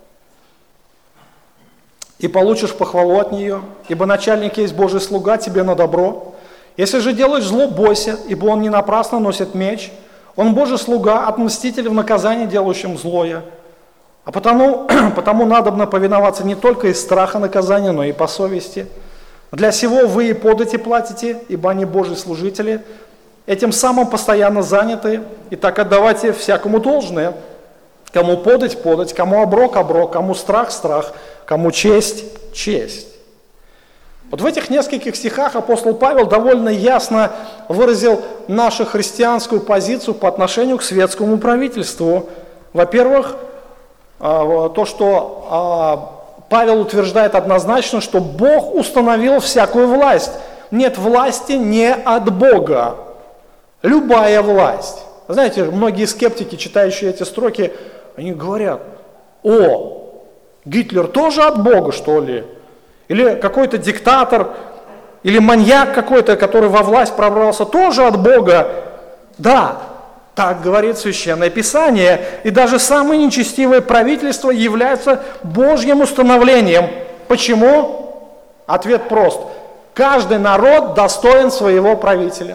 и получишь похвалу от нее, ибо начальник есть Божий слуга тебе на добро. Если же делаешь зло, бойся, ибо он не напрасно носит меч, он Божий слуга, отмститель в наказании, делающим злое. А потому, потому надобно повиноваться не только из страха наказания, но и по совести. Для сего вы и подати платите, ибо они Божьи служители, этим самым постоянно заняты, и так отдавайте всякому должное. Кому подать – подать, кому оброк – оброк, кому страх – страх, кому честь – честь. Вот в этих нескольких стихах апостол Павел довольно ясно выразил нашу христианскую позицию по отношению к светскому правительству. Во-первых, то, что Павел утверждает однозначно, что Бог установил всякую власть. Нет власти не от Бога. Любая власть. Знаете, многие скептики, читающие эти строки, они говорят, о, Гитлер тоже от Бога, что ли? Или какой-то диктатор, или маньяк какой-то, который во власть пробрался, тоже от Бога. Да, так говорит Священное Писание. И даже самое нечестивое правительство является Божьим установлением. Почему? Ответ прост. Каждый народ достоин своего правителя.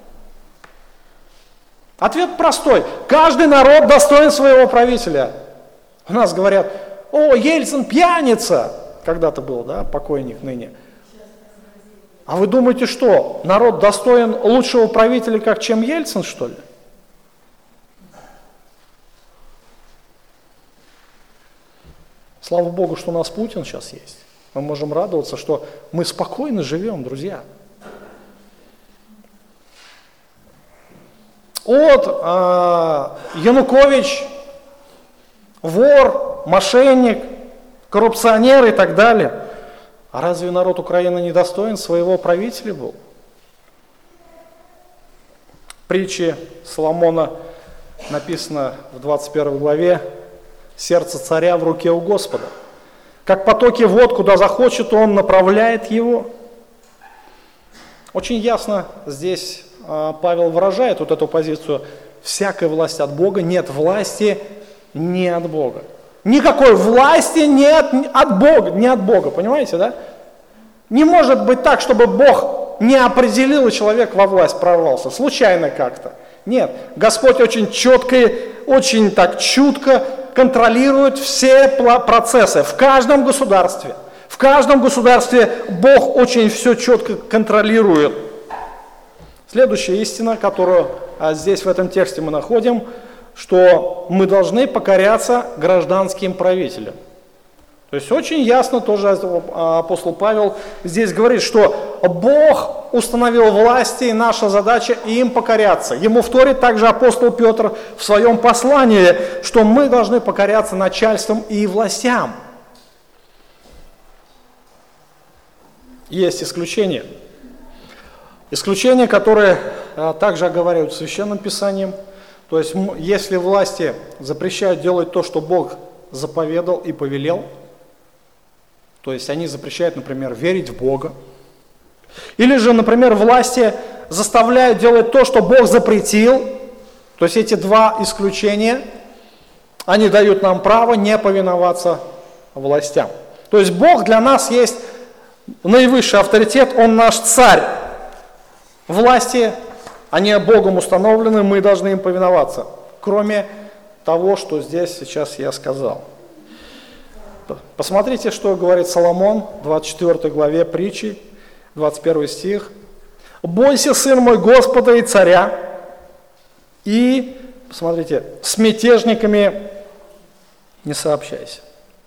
Ответ простой. Каждый народ достоин своего правителя. У нас говорят, о, Ельцин пьяница. Когда-то был, да, покойник ныне. А вы думаете, что народ достоин лучшего правителя, как чем Ельцин, что ли? Слава Богу, что у нас Путин сейчас есть. Мы можем радоваться, что мы спокойно живем, друзья. От э, Янукович, вор, мошенник, коррупционер и так далее. А разве народ Украины не достоин своего правителя был? В притче Соломона написано в двадцать первой главе: «Сердце царя в руке у Господа. Как потоки вод, куда захочет, он направляет его». Очень ясно здесь Павел выражает вот эту позицию. Всякая власть от Бога, нет власти не от Бога. Никакой власти нет от Бога, не от Бога, понимаете, да? Не может быть так, чтобы Бог не определил, и человек во власть прорвался, случайно как-то. Нет, Господь очень четко, очень так чутко контролирует все процессы в каждом государстве. В каждом государстве Бог очень все четко контролирует. Следующая истина, которую а, здесь в этом тексте мы находим, что мы должны покоряться гражданским правителям. То есть очень ясно тоже апостол Павел здесь говорит, что Бог установил власти, и наша задача им покоряться. Ему вторит также апостол Петр в своем послании, что мы должны покоряться начальствам и властям. Есть исключения. Исключения, которые а, также оговаривают Священным Писанием. То есть, если власти запрещают делать то, что Бог заповедал и повелел, то есть они запрещают, например, верить в Бога. Или же, например, власти заставляют делать то, что Бог запретил. То есть эти два исключения, они дают нам право не повиноваться властям. То есть Бог для нас есть наивысший авторитет, Он наш царь. Власти, они Богом установлены, мы должны им повиноваться. Кроме того, что здесь сейчас я сказал. Посмотрите, что говорит Соломон в двадцать четвёртой главе притчи, двадцать первый стих. «Бойся, сын мой, Господа и царя, и, посмотрите, с мятежниками не сообщайся».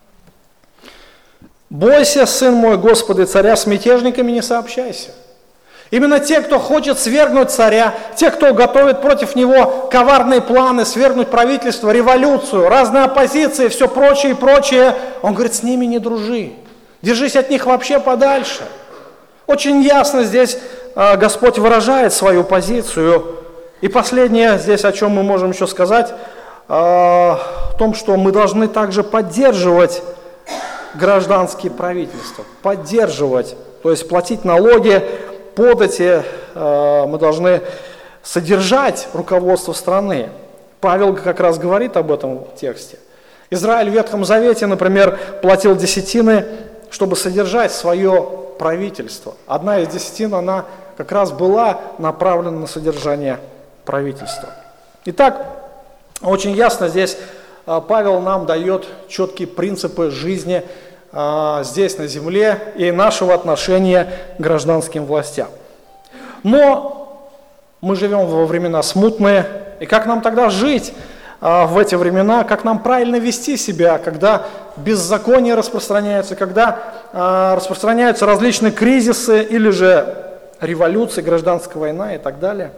«Бойся, сын мой, Господа и царя, с мятежниками не сообщайся». Именно те, кто хочет свергнуть царя, те, кто готовит против него коварные планы, свергнуть правительство, революцию, разные оппозиции, все прочее и прочее, он говорит, с ними не дружи, держись от них вообще подальше. Очень ясно здесь э, Господь выражает свою позицию. И последнее здесь, о чем мы можем еще сказать, э, о том, что мы должны также поддерживать гражданские правительства, поддерживать, то есть платить налоги, подати, э, мы должны содержать руководство страны. Павел как раз говорит об этом в тексте. Израиль в Ветхом Завете, например, платил десятины, чтобы содержать свое правительство. Одна из десятин, она как раз была направлена на содержание правительства. Итак, очень ясно здесь э, Павел нам дает четкие принципы жизни здесь на земле и нашего отношения к гражданским властям. Но мы живем во времена смутные, и как нам тогда жить в эти времена, как нам правильно вести себя, когда беззаконие распространяется, когда распространяются различные кризисы или же революции, гражданская война и так далее.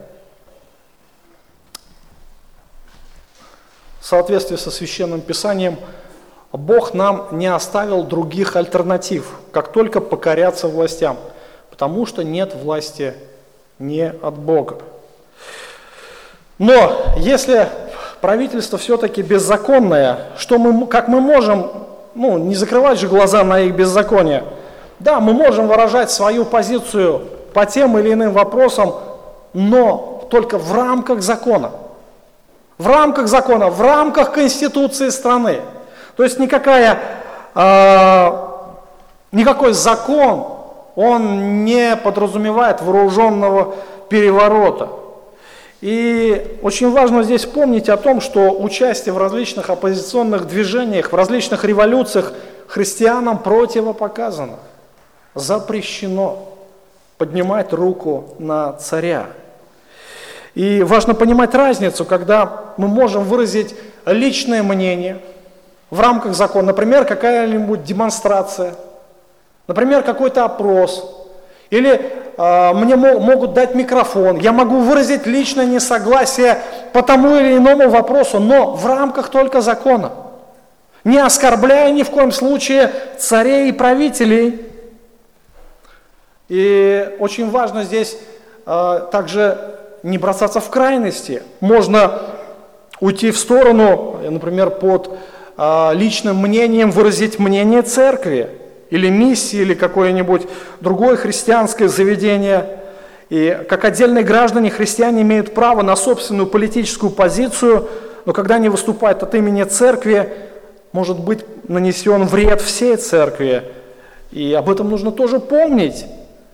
В соответствии со Священным Писанием, Бог нам не оставил других альтернатив, как только покоряться властям, потому что нет власти не от Бога. Но если правительство все-таки беззаконное, что мы, как мы можем, ну, не закрывать же глаза на их беззаконие? Да, мы можем выражать свою позицию по тем или иным вопросам, но только в рамках закона. В рамках закона, в рамках Конституции страны. То есть никакая, э, никакой закон, он не подразумевает вооруженного переворота. И очень важно здесь помнить о том, что участие в различных оппозиционных движениях, в различных революциях христианам противопоказано. Запрещено поднимать руку на царя. И важно понимать разницу, когда мы можем выразить личное мнение в рамках закона, например, какая-нибудь демонстрация, например, какой-то опрос, или э, мне мо- могут дать микрофон, я могу выразить личное несогласие по тому или иному вопросу, но в рамках только закона, не оскорбляя ни в коем случае царей и правителей. И очень важно здесь э, также не бросаться в крайности. Можно уйти в сторону, например, под личным мнением выразить мнение церкви, или миссии, или какое-нибудь другое христианское заведение. И как отдельные граждане, христиане имеют право на собственную политическую позицию, но когда они выступают от имени церкви, может быть нанесен вред всей церкви. И об этом нужно тоже помнить.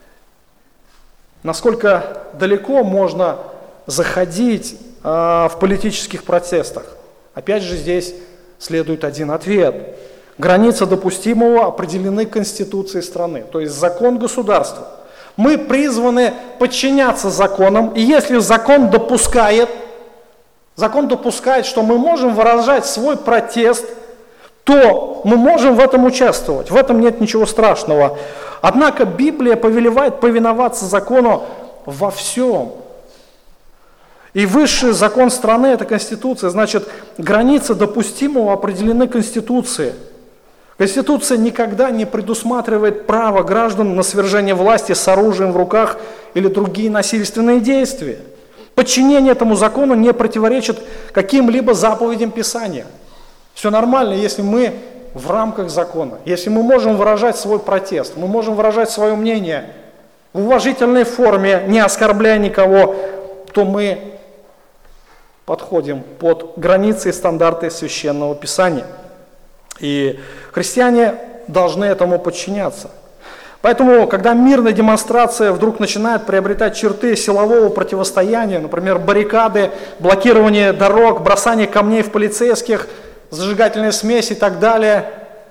Насколько далеко можно заходить а, в политических протестах. Опять же, здесь следует один ответ. Границы допустимого определены Конституцией страны, то есть закон государства. Мы призваны подчиняться законам, и если закон допускает, закон допускает, что мы можем выражать свой протест, то мы можем в этом участвовать, в этом нет ничего страшного. Однако Библия повелевает повиноваться закону во всем. И высший закон страны – это Конституция, значит, границы допустимого определены Конституцией. Конституция никогда не предусматривает право граждан на свержение власти с оружием в руках или другие насильственные действия. Подчинение этому закону не противоречит каким-либо заповедям Писания. Все нормально, если мы в рамках закона, если мы можем выражать свой протест, мы можем выражать свое мнение в уважительной форме, не оскорбляя никого, то мы подходим под границы и стандарты Священного Писания. И христиане должны этому подчиняться. Поэтому, когда мирная демонстрация вдруг начинает приобретать черты силового противостояния, например, баррикады, блокирование дорог, бросание камней в полицейских, зажигательная смесь и так далее,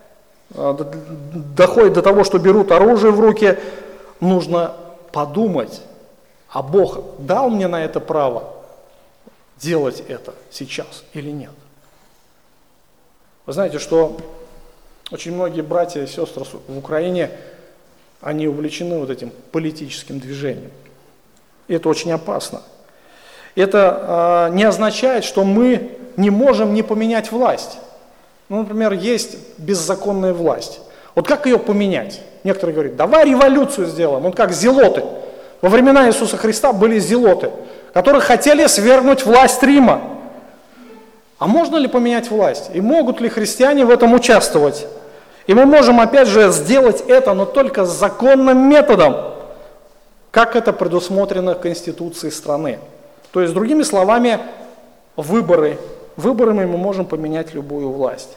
доходит до того, что берут оружие в руки, нужно подумать, а Бог дал мне на это право делать это сейчас или нет. Вы знаете, что очень многие братья и сестры в Украине, они увлечены вот этим политическим движением. И это очень опасно. Это э, не означает, что мы не можем не поменять власть. Ну, например, есть беззаконная власть. Вот как ее поменять? Некоторые говорят, давай революцию сделаем. Вот как зелоты. Во времена Иисуса Христа были зелоты, которые хотели свергнуть власть Рима. А можно ли поменять власть? И могут ли христиане в этом участвовать? И мы можем, опять же, сделать это, но только законным методом, как это предусмотрено Конституцией страны. То есть, другими словами, выборы. Выборами мы можем поменять любую власть.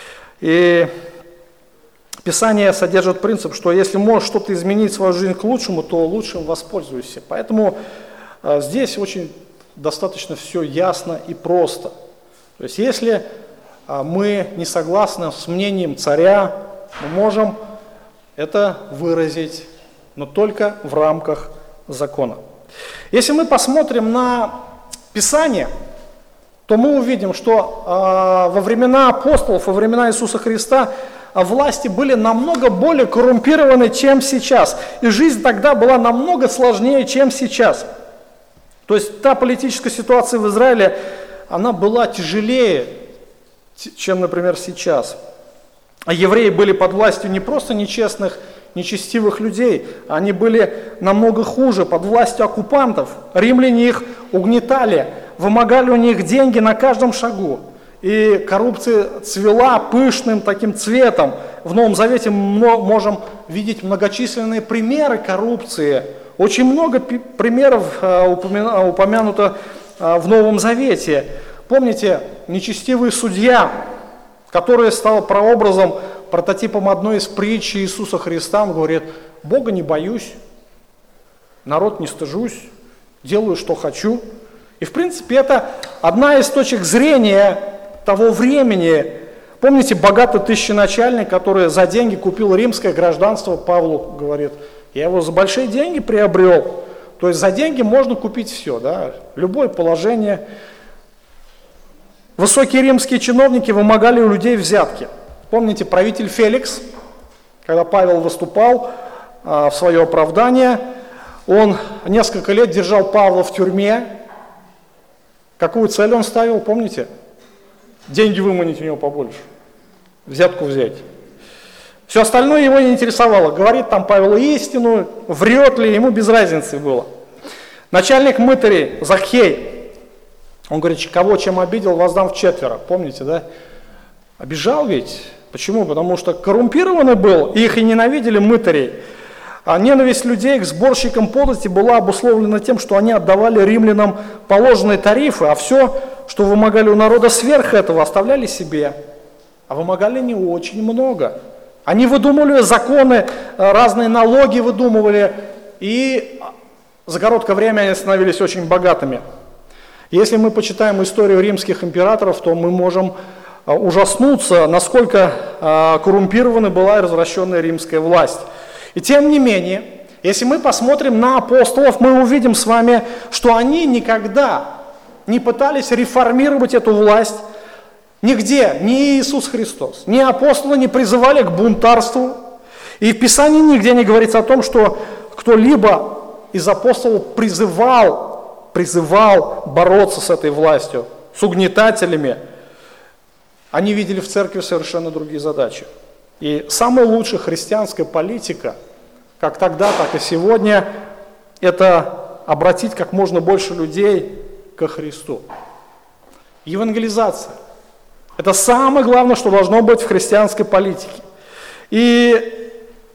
И Писание содержит принцип, что если можешь что-то изменить в свою жизнь к лучшему, то лучшим воспользуйся. Поэтому э, здесь очень достаточно все ясно и просто. То есть если э, мы не согласны с мнением царя, мы можем это выразить, но только в рамках закона. Если мы посмотрим на Писание, то мы увидим, что э, во времена апостолов, во времена Иисуса Христа власти были намного более коррумпированы, чем сейчас. И жизнь тогда была намного сложнее, чем сейчас. То есть та политическая ситуация в Израиле, она была тяжелее, чем, например, сейчас. А евреи были под властью не просто нечестных, нечестивых людей, они были намного хуже, под властью оккупантов. Римляне их угнетали, вымогали у них деньги на каждом шагу. И коррупция цвела пышным таким цветом. В Новом Завете мы можем видеть многочисленные примеры коррупции. Очень много примеров упомянуто в Новом Завете. Помните, нечестивый судья, который стал прообразом, прототипом одной из притч Иисуса Христа, он говорит: Бога не боюсь, народ не стыжусь, делаю, что хочу. И в принципе это одна из точек зрения того времени. Помните, богатый тысяченачальник, который за деньги купил римское гражданство, Павлу говорит: я его за большие деньги приобрел. То есть за деньги можно купить все, да? Любое положение. Высокие римские чиновники вымогали у людей взятки. Помните, правитель Феликс, когда Павел выступал а, в свое оправдание, он несколько лет держал Павла в тюрьме. Какую цель он ставил, помните? Деньги выманить у него побольше, взятку взять. Все остальное его не интересовало. Говорит там Павел истину, врет ли, ему без разницы было. Начальник мытарей Захей, он говорит: кого чем обидел, воздам вчетверо. Помните, да? Обижал ведь. Почему? Потому что коррумпированный был, и их и ненавидели мытарей. А ненависть людей к сборщикам подати была обусловлена тем, что они отдавали римлянам положенные тарифы, а все, что вымогали у народа сверх этого, оставляли себе. а вымогали не очень много. Они выдумывали законы, разные налоги выдумывали, и за короткое время они становились очень богатыми. Если мы почитаем историю римских императоров, то мы можем ужаснуться, насколько коррумпирована была и развращенная римская власть. И тем не менее, если мы посмотрим на апостолов, мы увидим с вами, что они никогда не пытались реформировать эту власть. Нигде ни Иисус Христос, ни апостолы не призывали к бунтарству. И в Писании нигде не говорится о том, что кто-либо из апостолов призывал, призывал бороться с этой властью, с угнетателями. Они видели в церкви совершенно другие задачи. И самая лучшая христианская политика, как тогда, так и сегодня, это обратить как можно больше людей ко Христу. Евангелизация. Это самое главное, что должно быть в христианской политике. И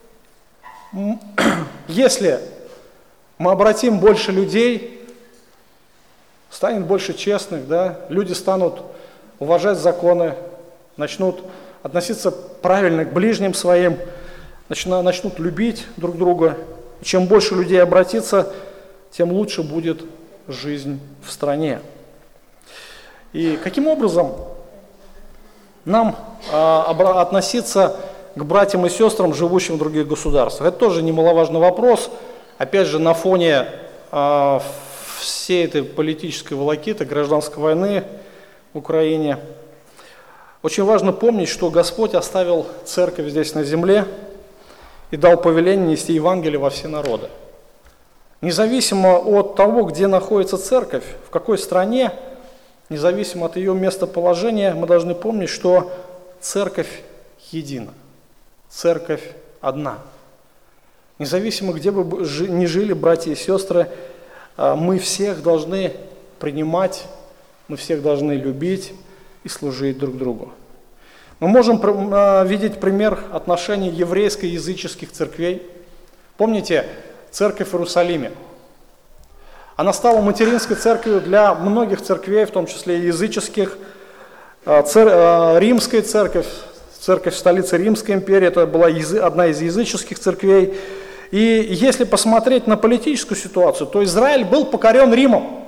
если мы обратим больше людей, станет больше честных, да, люди станут уважать законы, начнут относиться правильно к ближним своим, начнут любить друг друга. И чем больше людей обратится, тем лучше будет жизнь в стране. И каким образом нам а, относиться к братьям и сестрам, живущим в других государствах? Это тоже немаловажный вопрос. Опять же, на фоне а, всей этой политической волокиты, гражданской войны в Украине, очень важно помнить, что Господь оставил церковь здесь на земле и дал повеление нести Евангелие во все народы. Независимо от того, где находится церковь, в какой стране, независимо от ее местоположения, мы должны помнить, что церковь едина, церковь одна. Независимо, где бы ни жили братья и сестры, мы всех должны принимать, мы всех должны любить и служить друг другу. Мы можем видеть пример отношений еврейско-языческих церквей. Помните церковь в Иерусалиме? Она стала материнской церковью для многих церквей, в том числе и языческих. Цер... Римская церковь, церковь столицы Римской империи, это была одна из языческих церквей. И если посмотреть на политическую ситуацию, то Израиль был покорен Римом.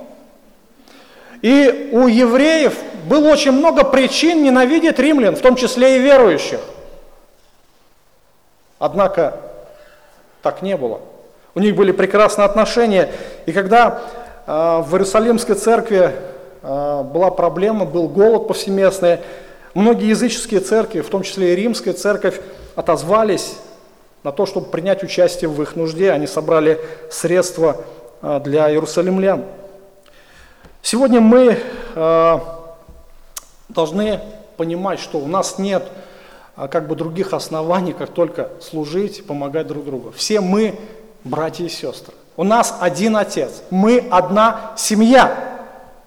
И у евреев было очень много причин ненавидеть римлян, в том числе и верующих. Однако так не было. У них были прекрасные отношения. И когда э, в Иерусалимской церкви э, была проблема, был голод повсеместный, многие языческие церкви, в том числе и Римская церковь, отозвались на то, чтобы принять участие в их нужде. Они собрали средства э, для иерусалимлян. Сегодня мы э, должны понимать, что у нас нет э, как бы других оснований, как только служить, помогать друг другу. Все мы братья и сестры. У нас один Отец. Мы одна семья.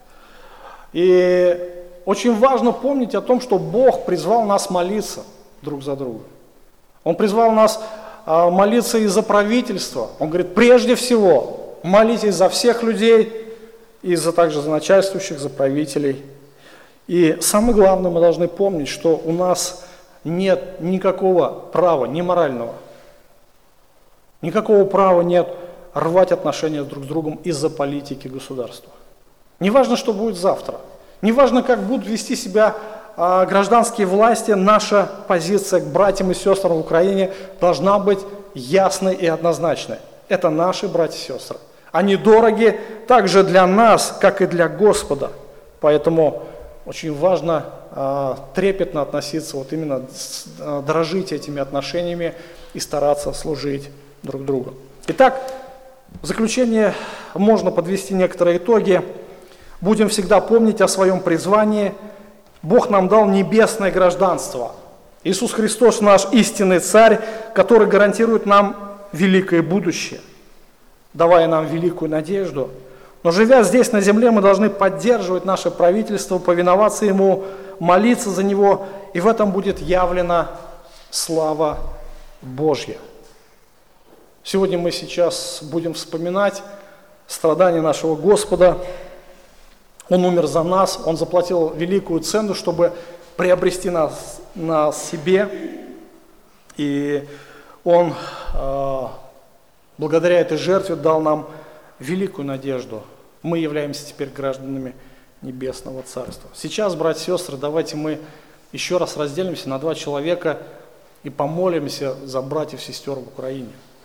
И очень важно помнить о том, что Бог призвал нас молиться друг за друга. Он призвал нас э, молиться и за правительство. Он говорит, прежде всего, молитесь за всех людей, и за, также за начальствующих, за правителей. И самое главное, мы должны помнить, что у нас нет никакого права, ни морального, никакого права нет рвать отношения друг с другом из-за политики государства. Неважно, что будет завтра, неважно, как будут вести себя а, гражданские власти, наша позиция к братьям и сестрам в Украине должна быть ясной и однозначной. Это наши братья и сестры. Они дороги также для нас, как и для Господа. Поэтому очень важно э, трепетно относиться, вот именно э, дорожить этими отношениями и стараться служить друг другу. Итак, в заключение можно подвести некоторые итоги. Будем всегда помнить о своем призвании. Бог нам дал небесное гражданство. Иисус Христос наш истинный Царь, который гарантирует нам великое будущее, давая нам великую надежду. Но живя здесь на земле, мы должны поддерживать наше правительство, повиноваться ему, молиться за него, и в этом будет явлена слава Божья. Сегодня мы сейчас будем вспоминать страдания нашего Господа. Он умер за нас, Он заплатил великую цену, чтобы приобрести нас на себе. И Он э, благодаря этой жертве дал нам великую надежду. Мы являемся теперь гражданами Небесного Царства. Сейчас, братья и сестры, давайте мы еще раз разделимся на два человека и помолимся за братьев и сестер в Украине.